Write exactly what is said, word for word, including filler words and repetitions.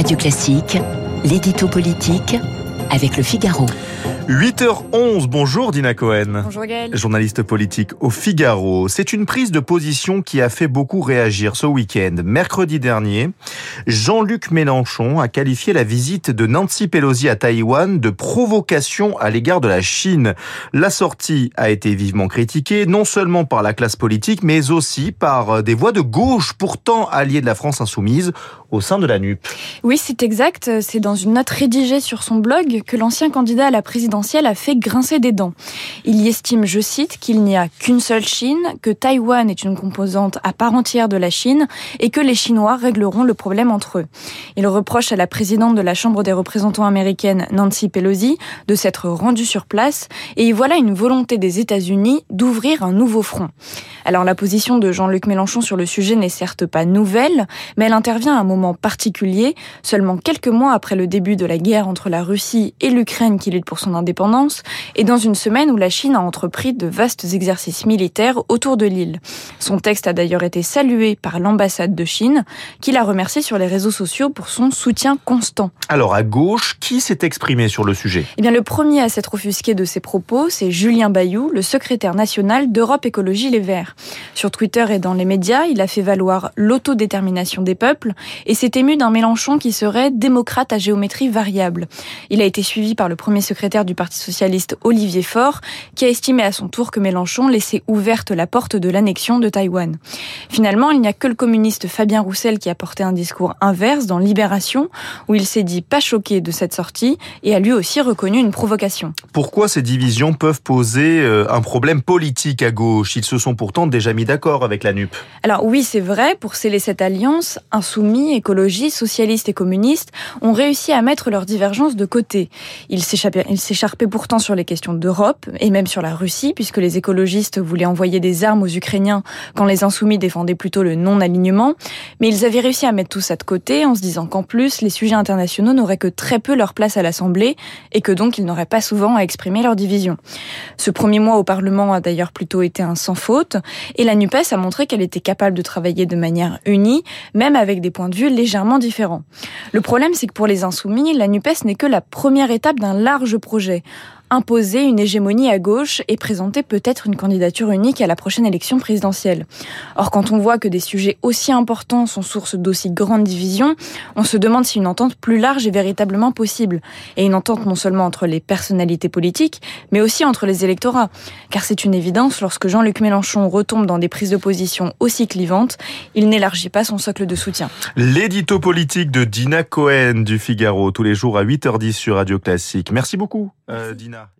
Radio Classique, l'édito politique avec Le Figaro. huit heures onze, bonjour Dina Cohen. Bonjour Gaël. Journaliste politique au Figaro. C'est une prise de position qui a fait beaucoup réagir ce week-end. Mercredi dernier, Jean-Luc Mélenchon a qualifié la visite de Nancy Pelosi à Taïwan de provocation à l'égard de la Chine. La sortie a été vivement critiquée, non seulement par la classe politique, mais aussi par des voix de gauche, pourtant alliées de la France insoumise, au sein de la N U P. Oui, c'est exact. C'est dans une note rédigée sur son blog que l'ancien candidat à la présidentielle a fait grincer des dents. Il y estime, je cite, qu'il n'y a qu'une seule Chine, que Taïwan est une composante à part entière de la Chine et que les Chinois régleront le problème entre eux. Il reproche à la présidente de la Chambre des représentants américaine, Nancy Pelosi, de s'être rendue sur place et y voilà une volonté des États-Unis d'ouvrir un nouveau front. Alors la position de Jean-Luc Mélenchon sur le sujet n'est certes pas nouvelle, mais elle intervient à un moment particulier, seulement quelques mois après le début de la guerre entre la Russie et l'Ukraine qui lutte pour son indépendance, et dans une semaine où la Chine a entrepris de vastes exercices militaires autour de l'île. Son texte a d'ailleurs été salué par l'ambassade de Chine, qui l'a remercié sur les réseaux sociaux pour son soutien constant. Alors à gauche, qui s'est exprimé sur le sujet ? Eh bien, le premier à s'être offusqué de ses propos, c'est Julien Bayou, le secrétaire national d'Europe Écologie Les Verts. Sur Twitter et dans les médias, il a fait valoir l'autodétermination des peuples et s'est ému d'un Mélenchon qui serait démocrate à géométrie variable. Il a été suivi par le premier secrétaire du Parti socialiste, Olivier Faure, qui a estimé à son tour que Mélenchon laissait ouverte la porte de l'annexion de Taïwan. Finalement, il n'y a que le communiste Fabien Roussel qui a porté un discours inverse dans Libération, où il s'est dit pas choqué de cette sortie et a lui aussi reconnu une provocation. Pourquoi ces divisions peuvent poser un problème politique à gauche ? Ils se sont pourtant déjà mis d'accord avec la N U P. Alors oui, c'est vrai, pour sceller cette alliance, insoumis, écologistes, socialistes et communistes ont réussi à mettre leurs divergences de côté. Ils s'échappaient, ils s'écharpaient pourtant sur les questions d'Europe et même sur la Russie, puisque les écologistes voulaient envoyer des armes aux Ukrainiens quand les insoumis défendaient plutôt le non-alignement. Mais ils avaient réussi à mettre tout ça de côté en se disant qu'en plus, les sujets internationaux n'auraient que très peu leur place à l'Assemblée et que donc ils n'auraient pas souvent à exprimer leur division. Ce premier mois au Parlement a d'ailleurs plutôt été un sans faute et la NUPES a montré qu'elle était capable de travailler de manière unie, même avec des points de vue légèrement différents. Le problème, c'est que pour les insoumis, la NUPES n'est que la première étape d'un large projet. Imposer une hégémonie à gauche et présenter peut-être une candidature unique à la prochaine élection présidentielle. Or, quand on voit que des sujets aussi importants sont source d'aussi grandes divisions, on se demande si une entente plus large est véritablement possible. Et une entente non seulement entre les personnalités politiques, mais aussi entre les électorats. Car c'est une évidence, lorsque Jean-Luc Mélenchon retombe dans des prises de position aussi clivantes, il n'élargit pas son socle de soutien. L'édito politique de Dina Cohen du Figaro, tous les jours à huit heures dix sur Radio Classique. Merci beaucoup, euh, Dina.